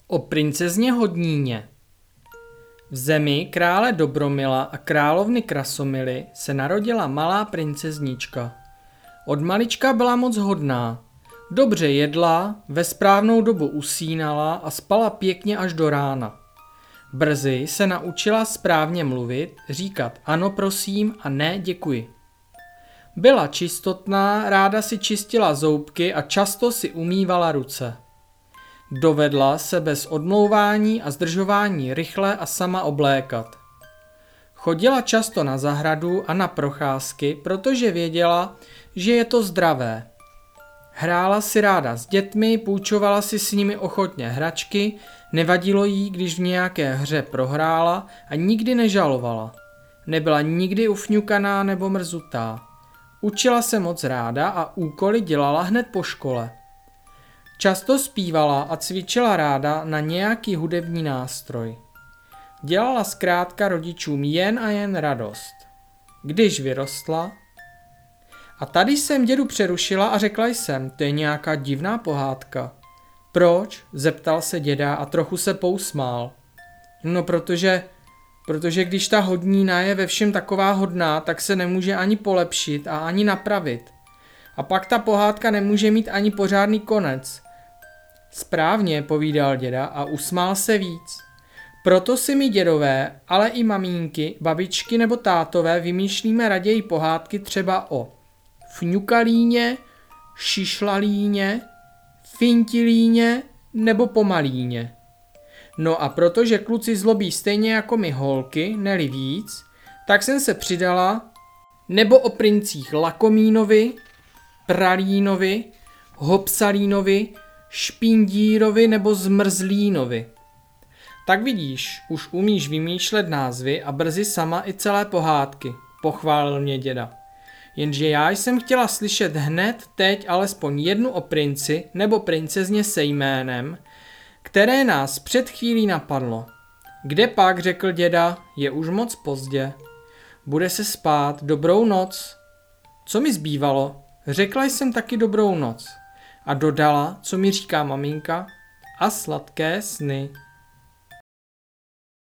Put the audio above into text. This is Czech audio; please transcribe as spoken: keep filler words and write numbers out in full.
O princezně Hodníně. V zemi krále Dobromila a královny Krasomily se narodila malá princeznička. Od malička byla moc hodná. Dobře jedla, ve správnou dobu usínala a spala pěkně až do rána. Brzy se naučila správně mluvit, říkat ano prosím a ne děkuji. Byla čistotná, ráda si čistila zoubky a často si umývala ruce. Dovedla se bez odmlouvání a zdržování rychle a sama oblékat. Chodila často na zahradu a na procházky, protože věděla, že je to zdravé. Hrála si ráda s dětmi, půjčovala si s nimi ochotně hračky, nevadilo jí, když v nějaké hře prohrála a nikdy nežalovala. Nebyla nikdy ufňukaná nebo mrzutá. Učila se moc ráda a úkoly dělala hned po škole. Často zpívala a cvičila ráda na nějaký hudební nástroj. Dělala zkrátka rodičům jen a jen radost. Když vyrostla... A tady jsem dědu přerušila a řekla jsem, to je nějaká divná pohádka. Proč? Zeptal se děda a trochu se pousmál. No protože... Protože když ta Hodnína je ve všem taková hodná, tak se nemůže ani polepšit a ani napravit. A pak ta pohádka nemůže mít ani pořádný konec. Správně, povídal děda a usmál se víc. Proto si my dědové, ale i mamínky, babičky nebo tátové vymýšlíme raději pohádky třeba o fňukalíně, šišlalíně, fintilíně nebo pomalíně. No a protože kluci zlobí stejně jako my holky, neli víc, tak jsem se přidala nebo o princích Lakomínovi, Pralínovi, Hopsalínovi, Špindírovi nebo Zmrzlínovi. Tak vidíš, už umíš vymýšlet názvy a brzy sama i celé pohádky, pochválil mě děda. Jenže já jsem chtěla slyšet hned teď alespoň jednu o princi nebo princezně se jménem, které nás před chvílí napadlo. Kde pak, řekl děda, je už moc pozdě. Bude se spát, dobrou noc. Co mi zbývalo? Řekla jsem taky dobrou noc. A dodala, co mi říká maminka, a sladké sny.